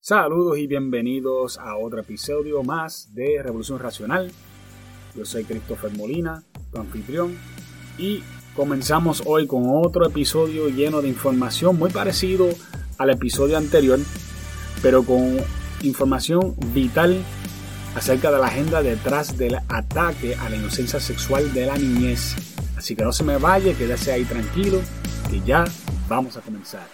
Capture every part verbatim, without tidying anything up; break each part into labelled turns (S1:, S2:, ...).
S1: Saludos y bienvenidos a otro episodio más de Revolución Racional. Yo soy Christopher Molina, tu anfitrión, y comenzamos hoy con otro episodio lleno de información muy parecido al episodio anterior, pero con información vital acerca de la agenda detrás del ataque a la inocencia sexual de la niñez. Así que no se me vaya, quédese ahí tranquilo, que ya vamos a comenzar.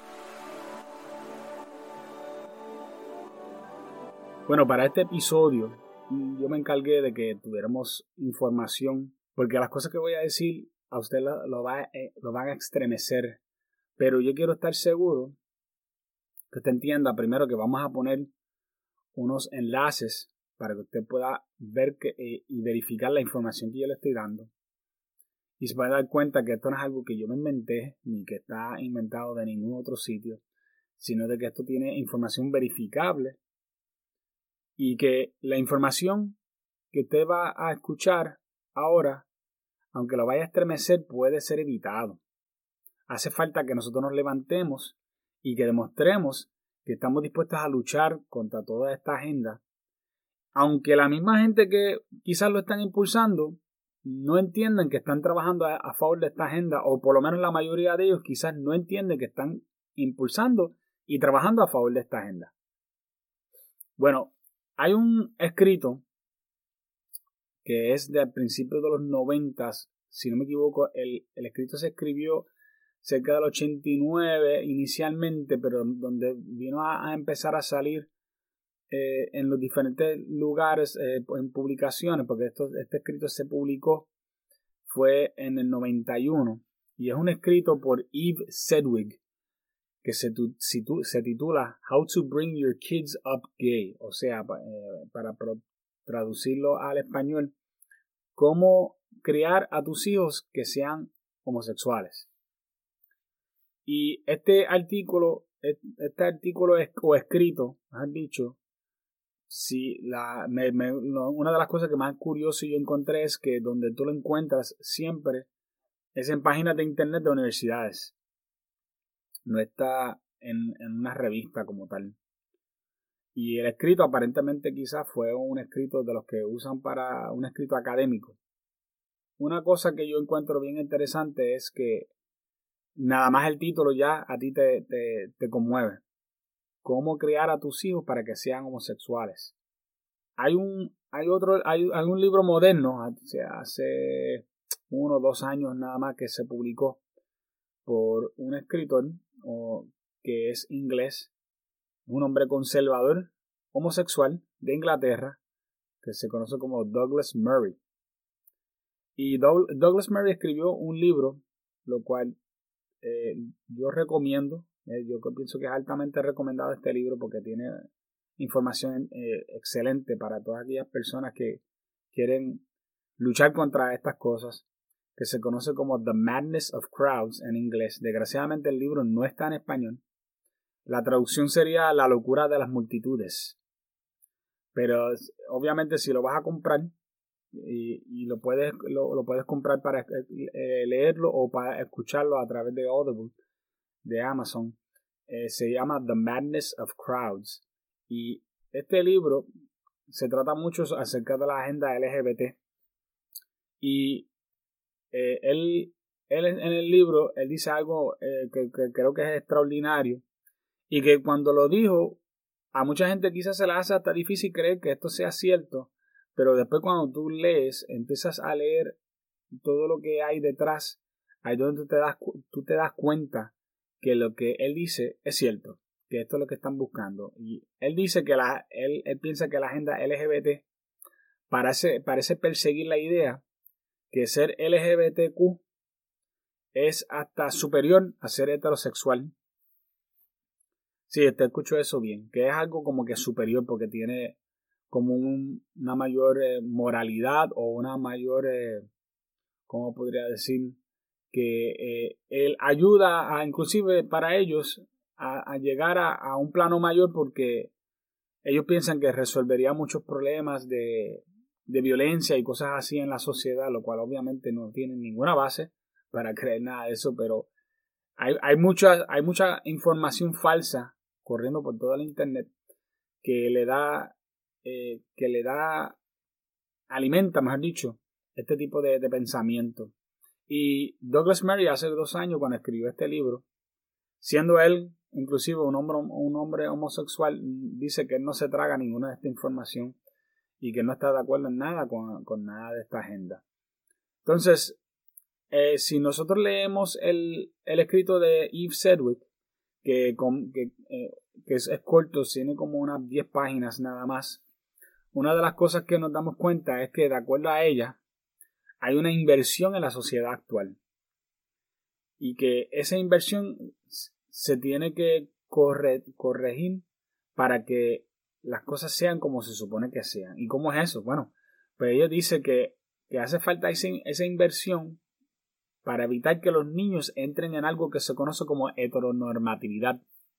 S1: Bueno, para este episodio yo me encargué de que tuviéramos información, porque las cosas que voy a decir a usted lo, lo, va, eh, lo van a extremecer, pero yo quiero estar seguro que usted entienda primero que vamos a poner unos enlaces para que usted pueda ver que, eh, y verificar la información que yo le estoy dando. Y se puede dar cuenta que esto no es algo que yo me inventé, ni que está inventado de ningún otro sitio, sino de que esto tiene información verificable. Y que la información que usted va a escuchar ahora, aunque lo vaya a estremecer, puede ser evitado. Hace falta que nosotros nos levantemos y que demostremos que estamos dispuestos a luchar contra toda esta agenda. Aunque la misma gente que quizás lo están impulsando no entienden que están trabajando a, a favor de esta agenda, o por lo menos la mayoría de ellos quizás no entienden que están impulsando y trabajando a favor de esta agenda. Bueno, hay un escrito que es de principios de los noventas, si no me equivoco, el, el escrito se escribió cerca del ochenta y nueve inicialmente, pero donde vino a, a empezar a salir eh, en los diferentes lugares, eh, en publicaciones, porque esto, este escrito se publicó, fue en el noventa y uno, y es un escrito por Eve Sedgwick, que se, se, se titula How to Bring Your Kids Up Gay, o sea, eh, para pro, traducirlo al español, cómo criar a tus hijos que sean homosexuales. Y este artículo, este artículo es, o escrito, mejor dicho, si la, me, me, no, una de las cosas que más curioso yo encontré es que donde tú lo encuentras siempre es en páginas de internet de universidades. No está en, en una revista como tal. Y el escrito aparentemente quizás fue un escrito de los que usan para un escrito académico. Una cosa que yo encuentro bien interesante es que nada más el título ya a ti te, te, te conmueve. Cómo criar a tus hijos para que sean homosexuales. Hay un, hay otro, hay, hay un libro moderno, o sea, hace uno o dos años nada más que se publicó por un escritor o, que es inglés, un hombre conservador homosexual de Inglaterra que se conoce como Douglas Murray. Y Doug, Douglas Murray escribió un libro, lo cual eh, yo recomiendo. Eh, yo pienso que es altamente recomendado este libro porque tiene información eh, excelente para todas aquellas personas que quieren luchar contra estas cosas, que se conoce como The Madness of Crowds en inglés. Desgraciadamente el libro no está en español. La traducción sería La locura de las multitudes. Pero obviamente si lo vas a comprar y, y lo, puedes, lo, lo puedes comprar para eh, leerlo o para escucharlo a través de Audible, de Amazon, eh, se llama The Madness of Crowds. Y este libro se trata mucho acerca de la agenda L G B T. Y Eh, él, él en el libro él dice algo eh, que, que creo que es extraordinario y que cuando lo dijo a mucha gente quizás se le hace hasta difícil creer que esto sea cierto, pero después cuando tú lees, empiezas a leer todo lo que hay detrás, ahí donde tú te das, tú te das cuenta que lo que él dice es cierto, que esto es lo que están buscando. Y él dice que la, él, él piensa que la agenda L G B T parece, parece perseguir la idea que ser L G B T Q es hasta superior a ser heterosexual. Sí, te escucho eso bien, que es algo como que superior porque tiene como un, una mayor eh, moralidad o una mayor, eh, ¿cómo podría decir? Que eh, él ayuda a, inclusive para ellos, a, a llegar a, a un plano mayor porque ellos piensan que resolvería muchos problemas de de violencia y cosas así en la sociedad, lo cual obviamente no tiene ninguna base para creer nada de eso, pero hay, hay, mucha, hay mucha información falsa corriendo por toda la internet que le da, eh, que le da, alimenta, mejor dicho, este tipo de, de pensamiento. Y Douglas Murray hace dos años, cuando escribió este libro, siendo él inclusive un hombre, un hombre homosexual, dice que él no se traga ninguna de esta información y que no está de acuerdo en nada con, con nada de esta agenda. Entonces, eh, si nosotros leemos el, el escrito de Eve Sedgwick, que, con, que, eh, que es, es corto, tiene como unas diez páginas nada más, una de las cosas que nos damos cuenta es que, de acuerdo a ella, hay una inversión en la sociedad actual y que esa inversión se tiene que corre, corregir para que las cosas sean como se supone que sean. ¿Y cómo es eso? Bueno, pues ella dice que, que hace falta esa, esa inversión para evitar que los niños entren en algo que se conoce como heteronormatividad.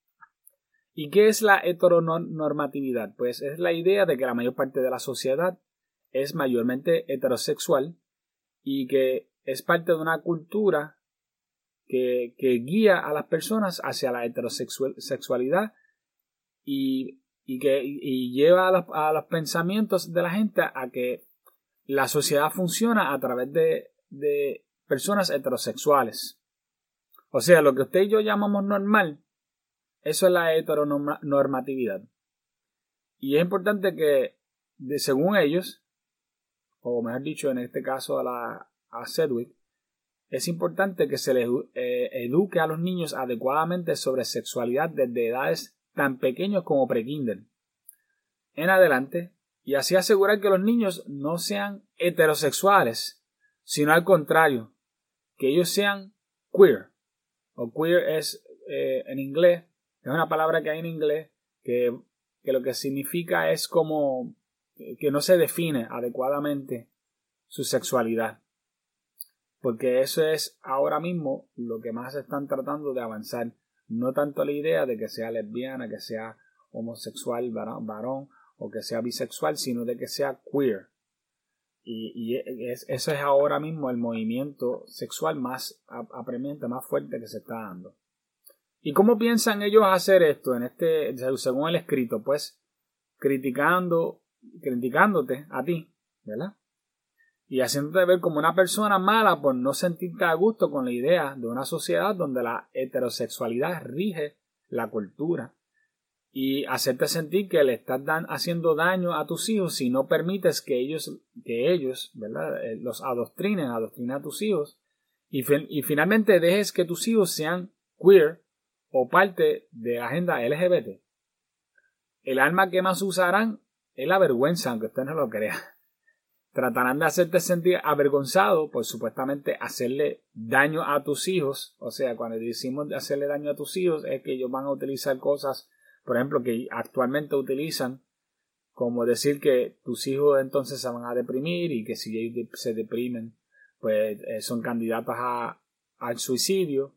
S1: ¿Y qué es la heteronormatividad? Pues es la idea de que la mayor parte de la sociedad es mayormente heterosexual y que es parte de una cultura que, que guía a las personas hacia la heterosexualidad y, y que y, y lleva a los, a los pensamientos de la gente a que la sociedad funciona a través de, de personas heterosexuales. O sea, lo que usted y yo llamamos normal, eso es la heteronormatividad. Y es importante que, de, según ellos, o mejor dicho, en este caso a, la, a Sedgwick, es importante que se les eh, eduque a los niños adecuadamente sobre sexualidad desde edades tan pequeñas como prekinder en adelante, y así asegurar que los niños no sean heterosexuales, sino al contrario, que ellos sean queer. O queer es eh, en inglés, es una palabra que hay en inglés que, que lo que significa es como que no se define adecuadamente su sexualidad. Porque eso es ahora mismo lo que más están tratando de avanzar. No tanto la idea de que sea lesbiana, que sea homosexual, varón, varón o que sea bisexual, sino de que sea queer. Y, y es, eso es ahora mismo el movimiento sexual más apremiante, más fuerte que se está dando. ¿Y cómo piensan ellos hacer esto en este, según el escrito? Pues criticando, criticándote a ti, ¿verdad? Y haciéndote ver como una persona mala por no sentirte a gusto con la idea de una sociedad donde la heterosexualidad rige la cultura y hacerte sentir que le estás dan, haciendo daño a tus hijos si no permites que ellos, que ellos, ¿verdad?, eh, los adoctrinen, adoctrinen a tus hijos y, y finalmente dejes que tus hijos sean queer o parte de la agenda L G B T. El arma que más usarán es la vergüenza, aunque usted no lo crea. Tratarán de hacerte sentir avergonzado por supuestamente hacerle daño a tus hijos. O sea, cuando decimos hacerle daño a tus hijos es que ellos van a utilizar cosas, por ejemplo, que actualmente utilizan, como decir que tus hijos entonces se van a deprimir y que si ellos se deprimen, pues eh, son candidatos a, al suicidio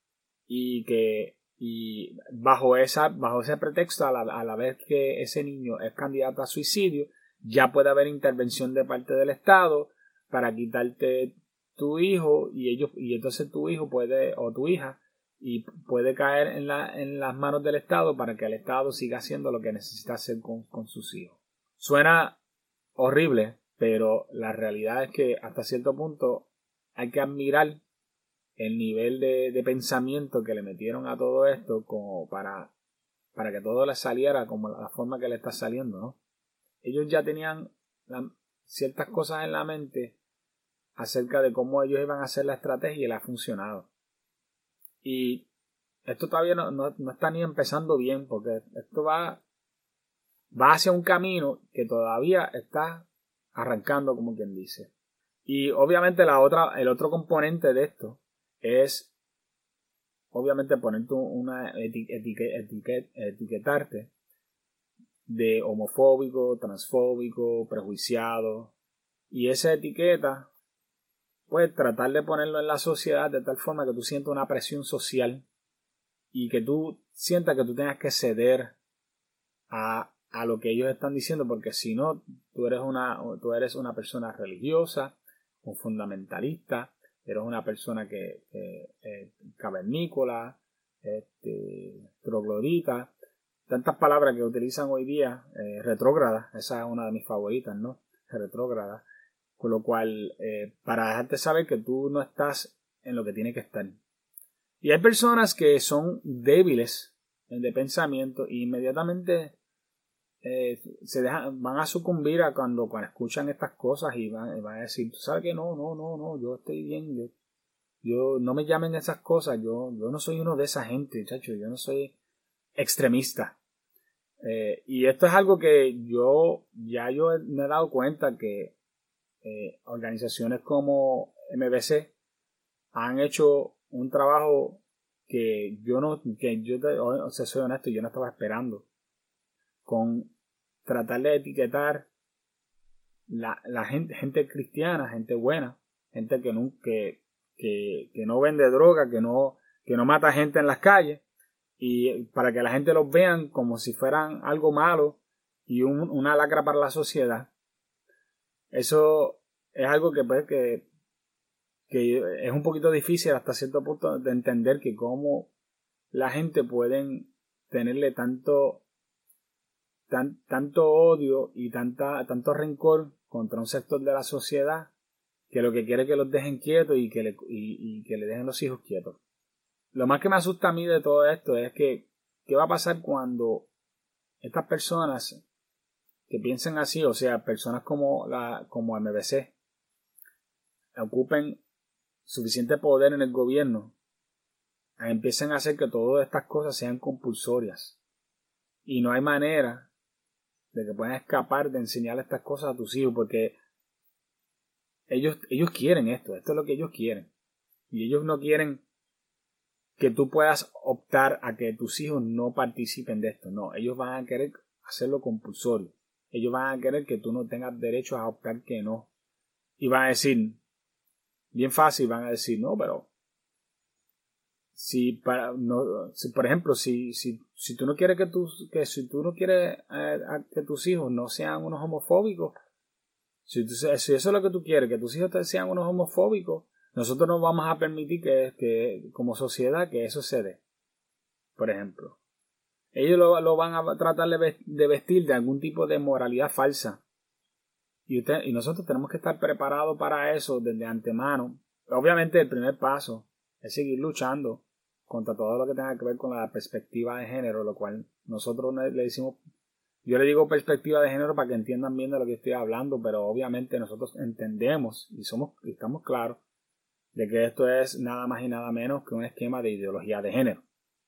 S1: y que y bajo, esa, bajo ese pretexto, a la, a la vez que ese niño es candidato a suicidio, ya puede haber intervención de parte del Estado para quitarte tu hijo y ellos y entonces tu hijo puede o tu hija y puede caer en, la, en las manos del Estado para que el Estado siga haciendo lo que necesita hacer con, con sus hijos. Suena horrible, pero la realidad es que hasta cierto punto hay que admirar el nivel de, de pensamiento que le metieron a todo esto como para, para que todo le saliera como la forma que le está saliendo, ¿no? Ellos ya tenían la, ciertas cosas en la mente acerca de cómo ellos iban a hacer la estrategia y le ha funcionado. Y esto todavía no, no, no está ni empezando bien porque esto va, va hacia un camino que todavía está arrancando, como quien dice. Y obviamente la otra, el otro componente de esto es obviamente ponerte una etiqueta, etiquet, etiquetarte de homofóbico, transfóbico, prejuiciado, y esa etiqueta pues tratar de ponerlo en la sociedad de tal forma que tú sientas una presión social y que tú sientas que tú tengas que ceder a, a lo que ellos están diciendo, porque si no tú eres una tú eres una persona religiosa, un fundamentalista, eres una persona que, que eh, cavernícola, este, troglodita, tantas palabras que utilizan hoy día, eh, retrógrada, esa es una de mis favoritas, ¿no? Retrógrada. Con lo cual, eh, para dejarte saber que tú no estás en lo que tiene que estar. Y hay personas que son débiles de pensamiento e inmediatamente eh, se dejan, van a sucumbir a cuando, cuando escuchan estas cosas y van, van a decir, tú sabes que no, no, no, no, yo estoy bien, yo, yo no me llamen esas cosas, yo, yo no soy uno de esa gente, chacho, yo no soy extremista. Eh, y esto es algo que yo ya yo me he dado cuenta que eh, organizaciones como M B C han hecho un trabajo que yo no, que yo, o sea, soy honesto, yo no estaba esperando, con tratar de etiquetar la, la gente, gente cristiana, gente buena, gente que no, que, que, que no vende droga, que no, que no mata gente en las calles, y para que la gente los vean como si fueran algo malo y un, una lacra para la sociedad. Eso es algo que, pues, que, que es un poquito difícil hasta cierto punto de entender, que cómo la gente pueden tenerle tanto, tan, tanto odio y tanta, tanto rencor contra un sector de la sociedad que lo que quiere es que los dejen quietos y que le, y, y que le dejen los hijos quietos. Lo más que me asusta a mí de todo esto es que ¿qué va a pasar cuando estas personas que piensen así, o sea, personas como la como M B C, ocupen suficiente poder en el gobierno, empiecen a hacer que todas estas cosas sean compulsorias y no hay manera de que puedan escapar de enseñar estas cosas a tus hijos, porque ellos, ellos quieren esto, esto es lo que ellos quieren, y ellos no quieren que tú puedas optar a que tus hijos no participen de esto, no, ellos van a querer hacerlo compulsorio, ellos van a querer que tú no tengas derecho a optar que no, y van a decir, bien fácil, van a decir, no, pero si para no, si por ejemplo, si, si, si tú no quieres que tus, que si tú no quieres eh, que tus hijos no sean unos homofóbicos, si, tú, si eso es lo que tú quieres, que tus hijos sean unos homofóbicos, nosotros no vamos a permitir que, que como sociedad que eso se dé. Por ejemplo, ellos lo, lo van a tratar de vestir de algún tipo de moralidad falsa. Y, usted, y nosotros tenemos que estar preparados para eso desde antemano. Obviamente el primer paso es seguir luchando contra todo lo que tenga que ver con la perspectiva de género, lo cual nosotros le decimos, yo le digo perspectiva de género para que entiendan bien de lo que estoy hablando, pero obviamente nosotros entendemos y somos y estamos claros de que esto es nada más y nada menos que un esquema de ideología de género.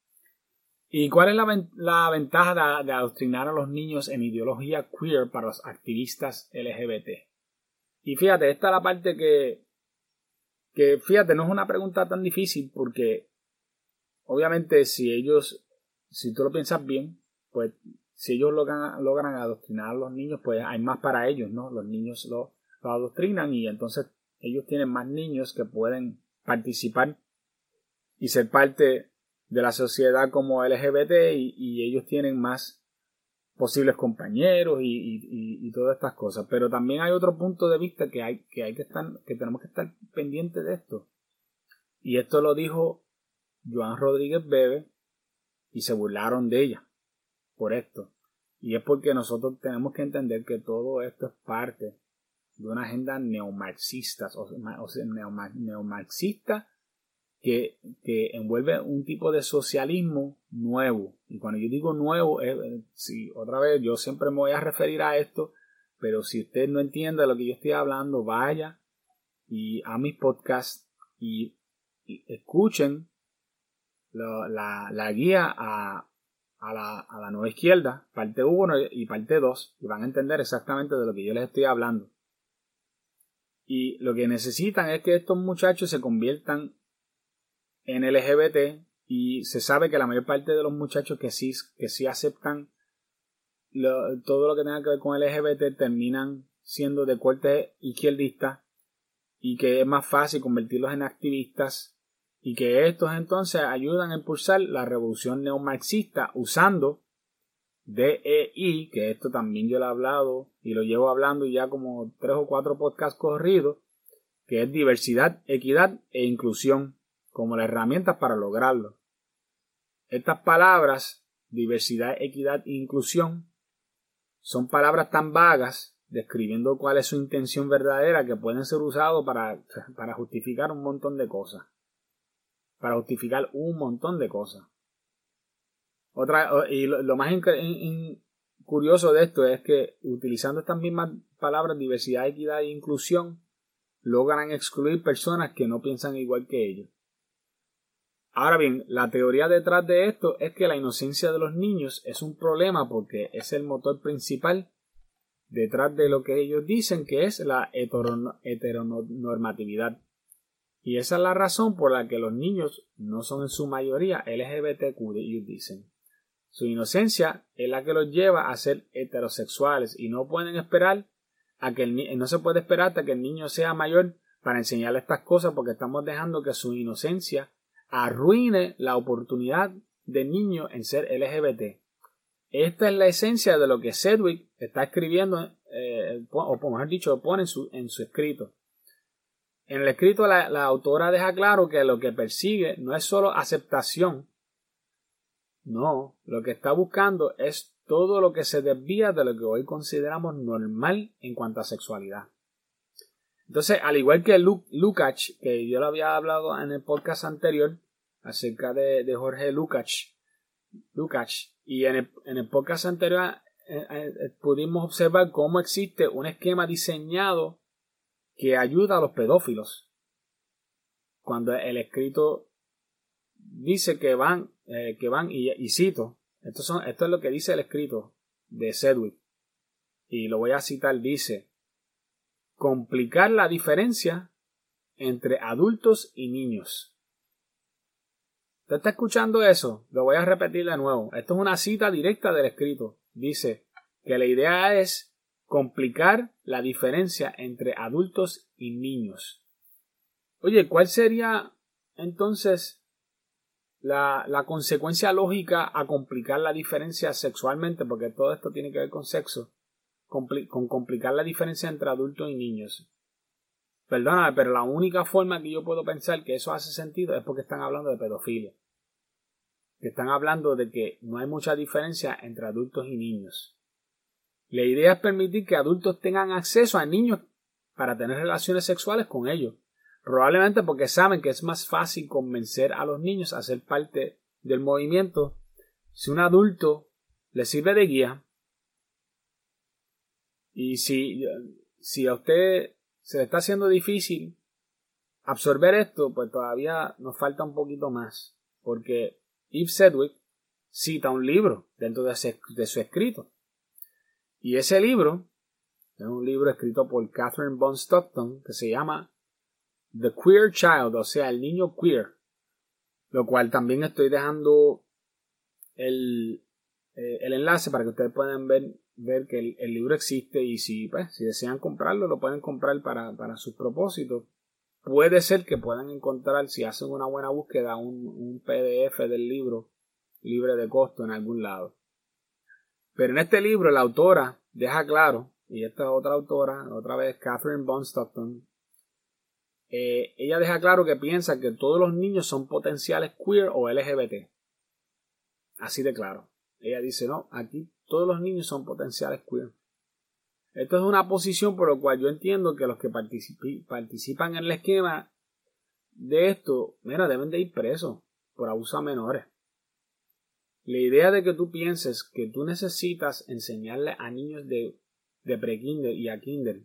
S1: ¿Y cuál es la, la ventaja de, de adoctrinar a los niños en ideología queer para los activistas L G B T? Y fíjate, esta es la parte que, que fíjate, no es una pregunta tan difícil, porque obviamente si ellos, si tú lo piensas bien, pues si ellos logran, logran adoctrinar a los niños, pues hay más para ellos, ¿no? Los niños lo, lo adoctrinan y entonces ellos tienen más niños que pueden participar y ser parte de la sociedad como L G B T y, y ellos tienen más posibles compañeros y, y, y, y todas estas cosas. Pero también hay otro punto de vista que hay que hay que estar, que tenemos que estar pendientes de esto. Y esto lo dijo Joan Rodríguez Bebe y se burlaron de ella por esto. Y es porque nosotros tenemos que entender que todo esto es parte de una agenda neomarxista, o, o sea, neomar, neomarxista que, que envuelve un tipo de socialismo nuevo. Y cuando yo digo nuevo, es, si otra vez yo siempre me voy a referir a esto, pero si usted no entiende de lo que yo estoy hablando, vaya y a mis podcasts y, y escuchen la, la, la guía a, a, la, a la nueva izquierda, parte uno y parte dos, y van a entender exactamente de lo que yo les estoy hablando. Y lo que necesitan es que estos muchachos se conviertan en L G B T, y se sabe que la mayor parte de los muchachos que sí, que sí aceptan lo, todo lo que tenga que ver con L G B T terminan siendo de corte izquierdista, y que es más fácil convertirlos en activistas, y que estos entonces ayudan a impulsar la revolución neomarxista usando D E I, que esto también yo lo he hablado y lo llevo hablando ya como tres o cuatro podcasts corridos, que es diversidad, equidad e inclusión como las herramientas para lograrlo. Estas palabras diversidad, equidad e inclusión son palabras tan vagas describiendo cuál es su intención verdadera que pueden ser usados para, para justificar un montón de cosas. Para justificar un montón de cosas. Otra, y lo, lo más in, in, curioso de esto es que utilizando estas mismas palabras, diversidad, equidad e inclusión, logran excluir personas que no piensan igual que ellos. Ahora bien, la teoría detrás de esto es que la inocencia de los niños es un problema porque es el motor principal detrás de lo que ellos dicen que es la heteronormatividad. Y esa es la razón por la que los niños no son en su mayoría L G B T Q, ellos dicen. Su inocencia es la que los lleva a ser heterosexuales y no pueden esperar a que el, no se puede esperar hasta que el niño sea mayor para enseñarle estas cosas porque estamos dejando que su inocencia arruine la oportunidad del niño en ser L G B T. Esta es la esencia de lo que Sedgwick está escribiendo, eh, o mejor dicho, pone en su, en su escrito. En el escrito la, la autora deja claro que lo que persigue no es solo aceptación, no, lo que está buscando es todo lo que se desvía de lo que hoy consideramos normal en cuanto a sexualidad. Entonces, al igual que Lu- Lukács, que yo lo había hablado en el podcast anterior acerca de, de Jorge Lukács, Lukács, y en el, en el podcast anterior eh, eh, pudimos observar cómo existe un esquema diseñado que ayuda a los pedófilos. Cuando el escrito dice que van, eh, que van y, y cito, esto, son, esto es lo que dice el escrito de Sedgwick, y lo voy a citar, dice: complicar la diferencia entre adultos y niños. ¿Usted está escuchando eso? Lo voy a repetir de nuevo. Esto es una cita directa del escrito. Dice que la idea es complicar la diferencia entre adultos y niños. Oye, ¿cuál sería entonces la, la consecuencia lógica a complicar la diferencia sexualmente? Porque todo esto tiene que ver con sexo. Compli- con complicar la diferencia entre adultos y niños. Perdóname, pero la única forma que yo puedo pensar que eso hace sentido es porque están hablando de pedofilia. Que están hablando de que no hay mucha diferencia entre adultos y niños. La idea es permitir que adultos tengan acceso a niños para tener relaciones sexuales con ellos. Probablemente porque saben que es más fácil convencer a los niños a ser parte del movimiento si un adulto les sirve de guía. Y si, si a usted se le está haciendo difícil absorber esto, pues todavía nos falta un poquito más. Porque Yves Sedgwick cita un libro dentro de, ese, de su escrito. Y ese libro es un libro escrito por Catherine Von Stockton que se llama The Queer Child, o sea, el niño queer. Lo cual también estoy dejando el, eh, el enlace para que ustedes puedan ver, ver que el, el libro existe y si, pues, si desean comprarlo, lo pueden comprar para, para sus propósitos. Puede ser que puedan encontrar, si hacen una buena búsqueda, un, un P D F del libro libre de costo en algún lado. Pero en este libro la autora deja claro, y esta otra autora, otra vez Catherine Von Stockton, eh, ella deja claro que piensa que todos los niños son potenciales queer o L G B T. Así de claro. Ella dice, no, aquí todos los niños son potenciales queer. Esto es una posición por la cual yo entiendo que los que participi- participan en el esquema de esto, mira, deben de ir presos por abuso a menores. La idea de que tú pienses que tú necesitas enseñarle a niños de, de pre-kinder y a kinder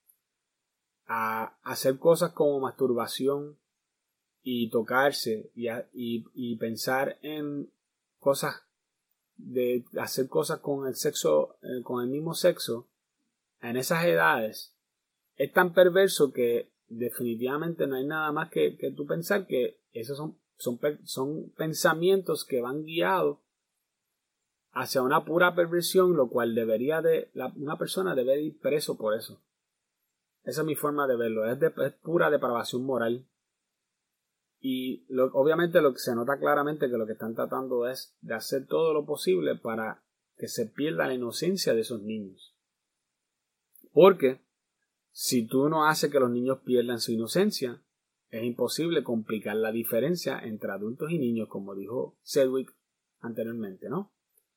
S1: a hacer cosas como masturbación y tocarse y, a, y, y pensar en cosas de hacer cosas con el sexo, eh, con el mismo sexo en esas edades es tan perverso que definitivamente no hay nada más que, que tú pensar que esos son, son, son pensamientos que van guiados hacia una pura perversión, lo cual debería de la, una persona debe ir preso por eso. Esa es mi forma de verlo, es, de, es pura depravación moral. Y lo, obviamente lo que se nota claramente que lo que están tratando es de hacer todo lo posible para que se pierda la inocencia de esos niños. Porque si tú no haces que los niños pierdan su inocencia, es imposible complicar la diferencia entre adultos y niños, como dijo Sedgwick anteriormente, ¿no?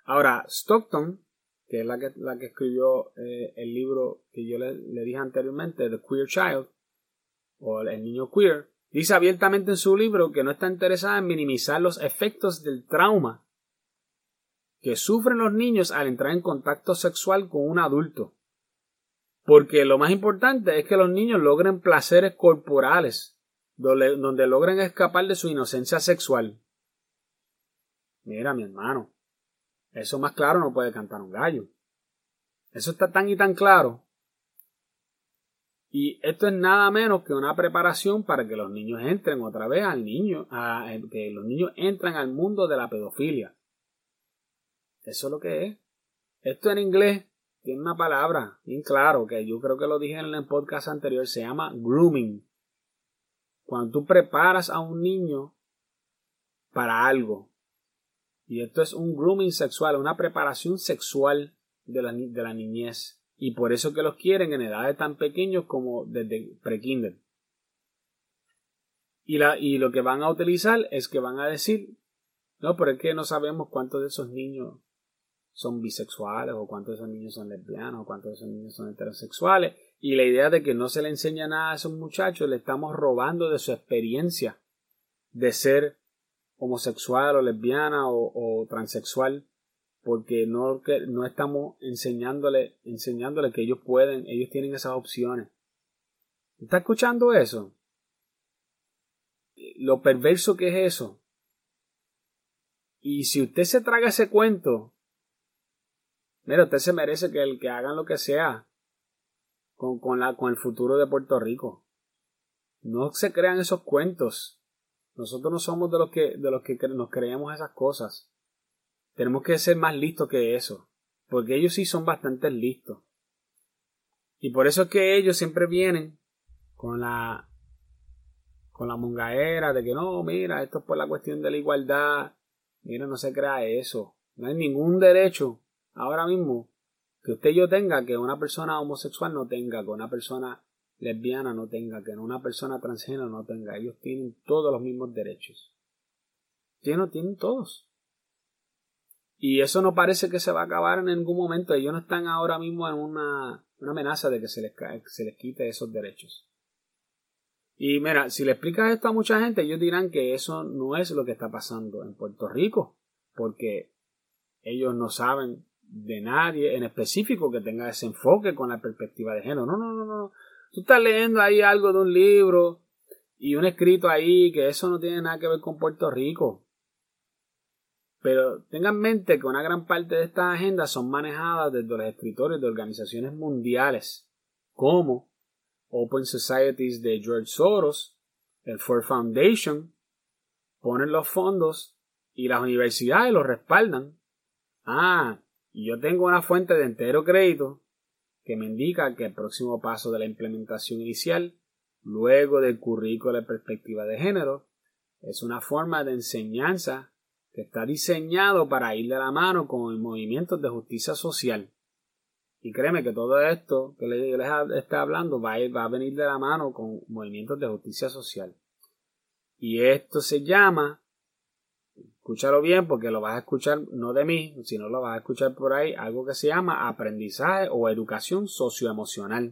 S1: Ahora, Stockton, que es la que, la que escribió eh, el libro que yo le, le dije anteriormente, The Queer Child, o El niño queer, dice abiertamente en su libro que no está interesada en minimizar los efectos del trauma que sufren los niños al entrar en contacto sexual con un adulto. Porque lo más importante es que los niños logren placeres corporales, donde, donde logren escapar de su inocencia sexual. Mira, mi hermano, eso más claro no puede cantar un gallo. Eso está tan y tan claro. Y esto es nada menos que una preparación para que los niños entren otra vez al niño, a, que los niños entren al mundo de la pedofilia. Eso es lo que es. Esto en inglés tiene una palabra bien claro, que yo creo que lo dije en el podcast anterior, se llama grooming. Cuando tú preparas a un niño para algo. Y esto es un grooming sexual, una preparación sexual de la, de la niñez. Y por eso que los quieren en edades tan pequeños como desde pre-kinder. Y, la, y lo que van a utilizar es que van a decir, no, pero es que no sabemos cuántos de esos niños son bisexuales, o cuántos de esos niños son lesbianos, o cuántos de esos niños son heterosexuales. Y la idea de que no se le enseña nada a esos muchachos, le estamos robando de su experiencia de ser homosexual o lesbiana o, o transexual, porque no, que, no estamos enseñándole, enseñándole que ellos pueden, ellos tienen esas opciones. ¿Está escuchando eso? Lo perverso que es eso. Y si usted se traga ese cuento, mira, usted se merece que, el, que hagan lo que sea con, con, la, con el futuro de Puerto Rico. No se crean esos cuentos. Nosotros no somos de los que, de los que nos creemos esas cosas. Tenemos que ser más listos que eso. Porque ellos sí son bastante listos. Y por eso es que ellos siempre vienen con la, con la mongaera de que no, mira, esto es por la cuestión de la igualdad. Mira, no se crea eso. No hay ningún derecho ahora mismo que usted y yo tenga, que una persona homosexual no tenga, que una persona lesbiana no tenga, que una persona transgénero no tenga. Ellos tienen todos los mismos derechos. Tienen, tienen todos. Y eso no parece que se va a acabar en ningún momento. Ellos no están ahora mismo en una, una amenaza de que se les, se les quite esos derechos. Y mira, si le explicas esto a mucha gente, ellos dirán que eso no es lo que está pasando en Puerto Rico, porque ellos no saben de nadie en específico que tenga ese enfoque con la perspectiva de género. No, no, no, no. Tú estás leyendo ahí algo de un libro y un escrito ahí que eso no tiene nada que ver con Puerto Rico. Pero tengan en mente que una gran parte de estas agendas son manejadas desde los escritorios de organizaciones mundiales como Open Societies de George Soros, el Ford Foundation, ponen los fondos y las universidades los respaldan. Ah, y yo tengo una fuente de entero crédito que me indica que el próximo paso de la implementación inicial, luego del currículo de perspectiva de género, es una forma de enseñanza que está diseñado para ir de la mano con el movimiento de justicia social. Y créeme que todo esto que les, les está hablando va a, ir, va a venir de la mano con movimientos de justicia social. Y esto se llama, escúchalo bien porque lo vas a escuchar no de mí, sino lo vas a escuchar por ahí, algo que se llama aprendizaje o educación socioemocional.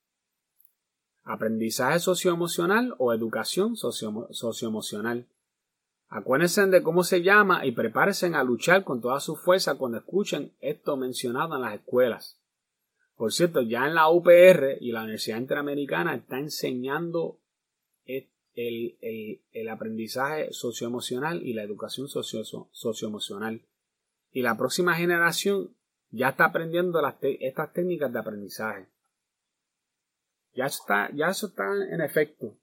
S1: Aprendizaje socioemocional o educación socio, socioemocional. Acuérdense de cómo se llama y prepárense a luchar con toda su fuerza cuando escuchen esto mencionado en las escuelas. Por cierto, ya en la U P R y la Universidad Interamericana está enseñando el, el, el aprendizaje socioemocional y la educación socio, socioemocional. Y la próxima generación ya está aprendiendo las te, estas técnicas de aprendizaje. Ya está, ya eso está en efecto.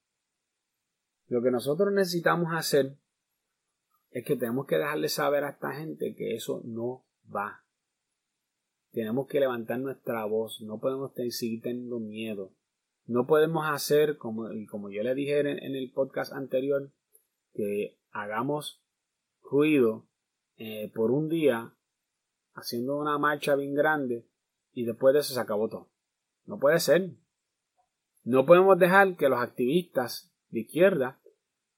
S1: Lo que nosotros necesitamos hacer es que tenemos que dejarle saber a esta gente que eso no va. Tenemos que levantar nuestra voz. No podemos seguir teniendo miedo. No podemos hacer, como, como yo le dije en, en el podcast anterior, que hagamos ruido eh, por un día haciendo una marcha bien grande y después de eso se acabó todo. No puede ser. No podemos dejar que los activistas de izquierda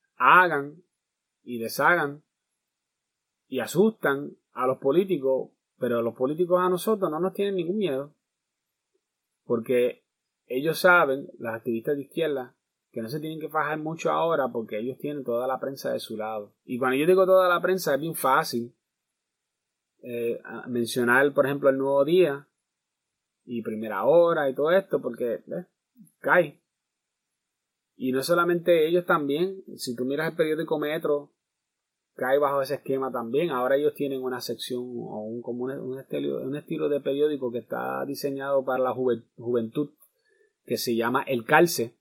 S1: hagan y deshagan y asustan a los políticos Pero los políticos a nosotros no nos tienen ningún miedo. Porque ellos saben, los activistas de izquierda, que no se tienen que fajar mucho ahora porque ellos tienen toda la prensa de su lado. Y cuando yo digo toda la prensa es bien fácil. Eh, mencionar, por ejemplo, El Nuevo Día y Primera Hora y todo esto porque eh, cae. Y no solamente ellos también. Si tú miras el periódico Metro, cae bajo ese esquema también. Ahora ellos tienen una sección o un, como un, un, estilo, un estilo de periódico que está diseñado para la juventud que se llama El Calce.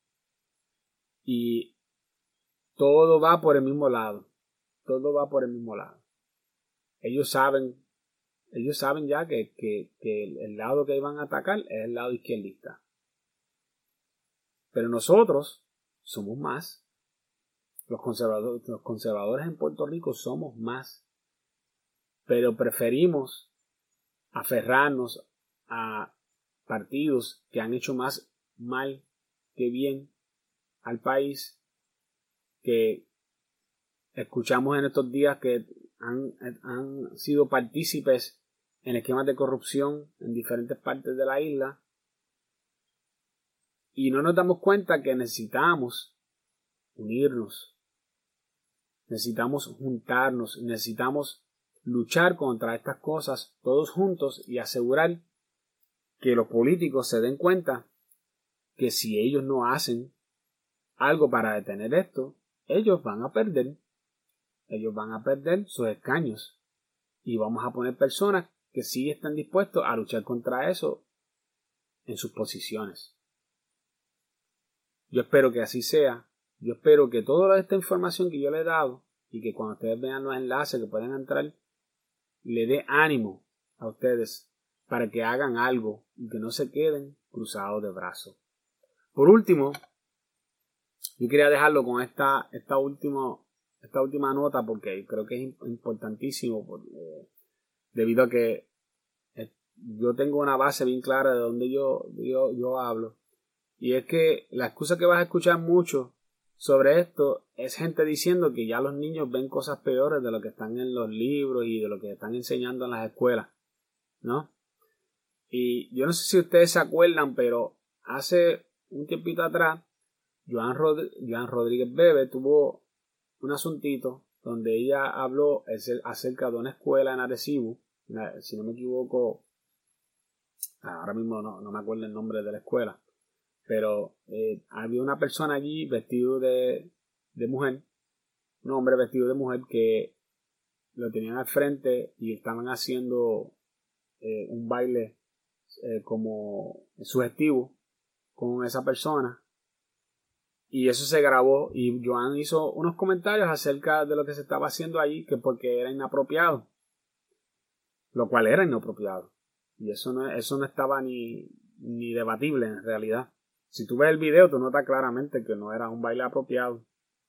S1: Y todo va por el mismo lado. Todo va por el mismo lado. Ellos saben, ellos saben ya que, que, que el, el lado que iban a atacar es el lado izquierdista. Pero nosotros somos más. Los conservadores, los conservadores en Puerto Rico somos más. Pero preferimos aferrarnos a partidos que han hecho más mal que bien al país, que escuchamos en estos días que han, han sido partícipes en esquemas de corrupción en diferentes partes de la isla, y no nos damos cuenta que necesitamos unirnos, necesitamos juntarnos, necesitamos luchar contra estas cosas todos juntos y asegurar que los políticos se den cuenta que si ellos no hacen algo para detener esto, ellos van a perder. Ellos van a perder sus escaños. Y vamos a poner personas que sí están dispuestos a luchar contra eso en sus posiciones. Yo espero que así sea. Yo espero que toda esta información que yo le he dado y que cuando ustedes vean los enlaces que pueden entrar, le dé ánimo a ustedes para que hagan algo y que no se queden cruzados de brazos. Por último, yo quería dejarlo con esta, esta, último, esta última nota porque creo que es importantísimo por, eh, debido a que eh, yo tengo una base bien clara de donde yo, yo, yo hablo. Y es que la excusa que vas a escuchar mucho sobre esto es gente diciendo que ya los niños ven cosas peores de lo que están en los libros y de lo que están enseñando en las escuelas, ¿no? Y yo no sé si ustedes se acuerdan, pero hace un tiempito atrás Joan, Rod- Joan Rodríguez Bebe tuvo un asuntito donde ella habló acerca de una escuela en Arecibo, si no me equivoco, ahora mismo no, no me acuerdo el nombre de la escuela, pero eh, había una persona allí vestido de, de mujer, un hombre vestido de mujer que lo tenían al frente y estaban haciendo eh, un baile eh, como sugestivo con esa persona. Y eso se grabó y Joan hizo unos comentarios acerca de lo que se estaba haciendo allí, que porque era inapropiado. Lo cual era inapropiado. Y eso no, eso no estaba ni, ni debatible en realidad. Si tú ves el video, tú notas claramente que no era un baile apropiado.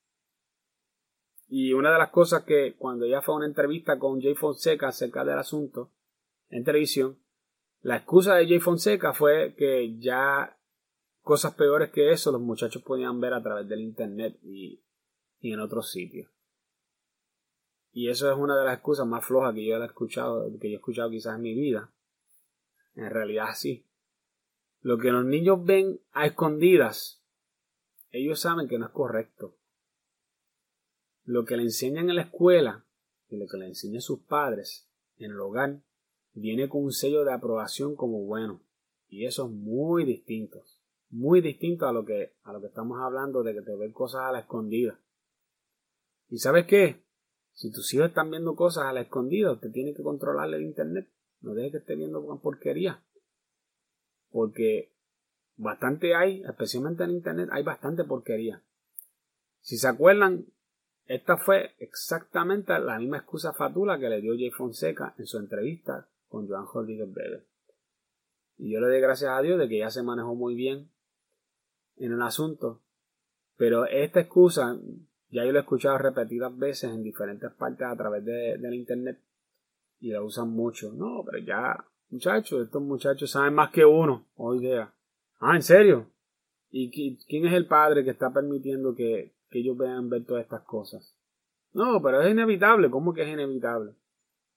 S1: Y una de las cosas que cuando ella fue a una entrevista con Jay Fonseca acerca del asunto en televisión, la excusa de Jay Fonseca fue que ya cosas peores que eso los muchachos podían ver a través del internet y, y en otros sitios. Y eso es una de las excusas más flojas que yo he escuchado, que yo he escuchado quizás en mi vida. En realidad sí. Lo que los niños ven a escondidas, ellos saben que no es correcto. Lo que le enseñan en la escuela y lo que le enseñan sus padres en el hogar viene con un sello de aprobación como bueno. Y eso es muy distinto. Muy distinto a lo que, a lo que estamos hablando de que te ven cosas a la escondida. ¿Y sabes qué? Si tus hijos están viendo cosas a la escondida, usted tiene que controlarle el internet. No deje que esté viendo con porquería. Porque bastante hay, especialmente en internet, hay bastante porquería. Si se acuerdan, esta fue exactamente la misma excusa fatula que le dio Jay Fonseca en su entrevista con Joan Rodríguez Bebe. Y yo le doy gracias a Dios de que ya se manejó muy bien en el asunto. Pero esta excusa ya yo la he escuchado repetidas veces en diferentes partes a través de, de la internet y la usan mucho. No, pero ya, muchachos, estos muchachos saben más que uno hoy día. Ah, ¿en serio? ¿Y quién es el padre que está permitiendo que, que ellos vean ver todas estas cosas? No, pero es inevitable. ¿Cómo que es inevitable?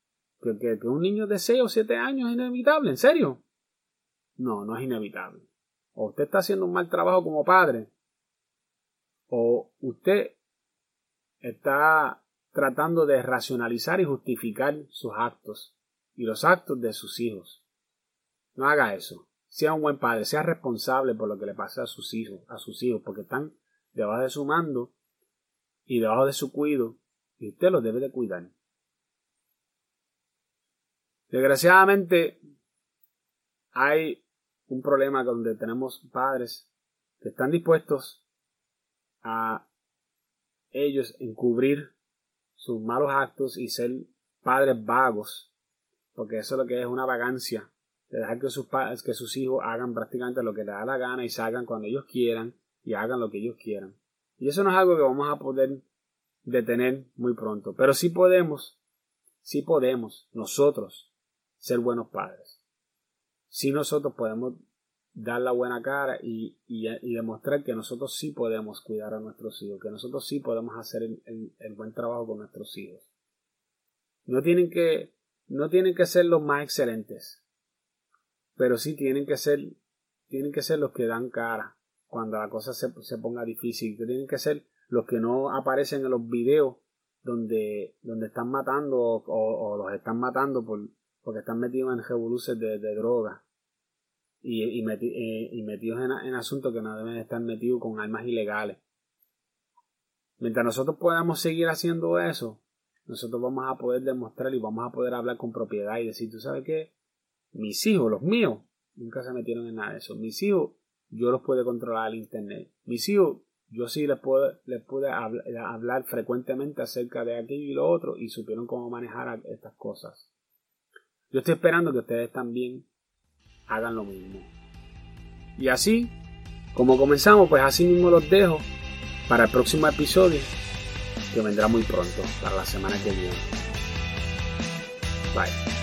S1: que, que, que un niño de seis o siete años es inevitable, ¿en serio? No, no es inevitable. O usted está haciendo un mal trabajo como padre, o usted está tratando de racionalizar y justificar sus actos y los actos de sus hijos. No haga eso. Sea un buen padre, sea responsable por lo que le pasa a sus hijos, a sus hijos, porque están debajo de su mando y debajo de su cuidado, y usted los debe de cuidar. Desgraciadamente, hay un problema donde tenemos padres que están dispuestos a ellos encubrir sus malos actos y ser padres vagos, porque eso es lo que es una vagancia, de dejar que sus, que sus hijos hagan prácticamente lo que les da la gana y salgan cuando ellos quieran y hagan lo que ellos quieran. Y eso no es algo que vamos a poder detener muy pronto, pero sí podemos, sí podemos nosotros ser buenos padres. Sí nosotros podemos dar la buena cara y, y, y demostrar que nosotros sí podemos cuidar a nuestros hijos, que nosotros sí podemos hacer el, el, el buen trabajo con nuestros hijos. No tienen que, no tienen que ser los más excelentes, pero sí tienen que ser, tienen que ser los que dan cara cuando la cosa se, se ponga difícil, que tienen que ser los que no aparecen en los videos donde, donde están matando o, o, o los están matando por, porque están metidos en revoluciones de, de droga y, y, meti, eh, y metidos en, en asuntos que no deben estar metidos con armas ilegales. Mientras nosotros podamos seguir haciendo eso, nosotros vamos a poder demostrar y vamos a poder hablar con propiedad y decir, ¿tú sabes qué? Mis hijos, los míos, nunca se metieron en nada de eso. Mis hijos, yo los puedo controlar el internet. Mis hijos, yo sí les puedo, les pude hablar, hablar frecuentemente acerca de aquello y lo otro y supieron cómo manejar estas cosas. Yo estoy esperando que ustedes también hagan lo mismo. Y así, como comenzamos, pues así mismo los dejo para el próximo episodio que vendrá muy pronto, para la semana que viene. Bye.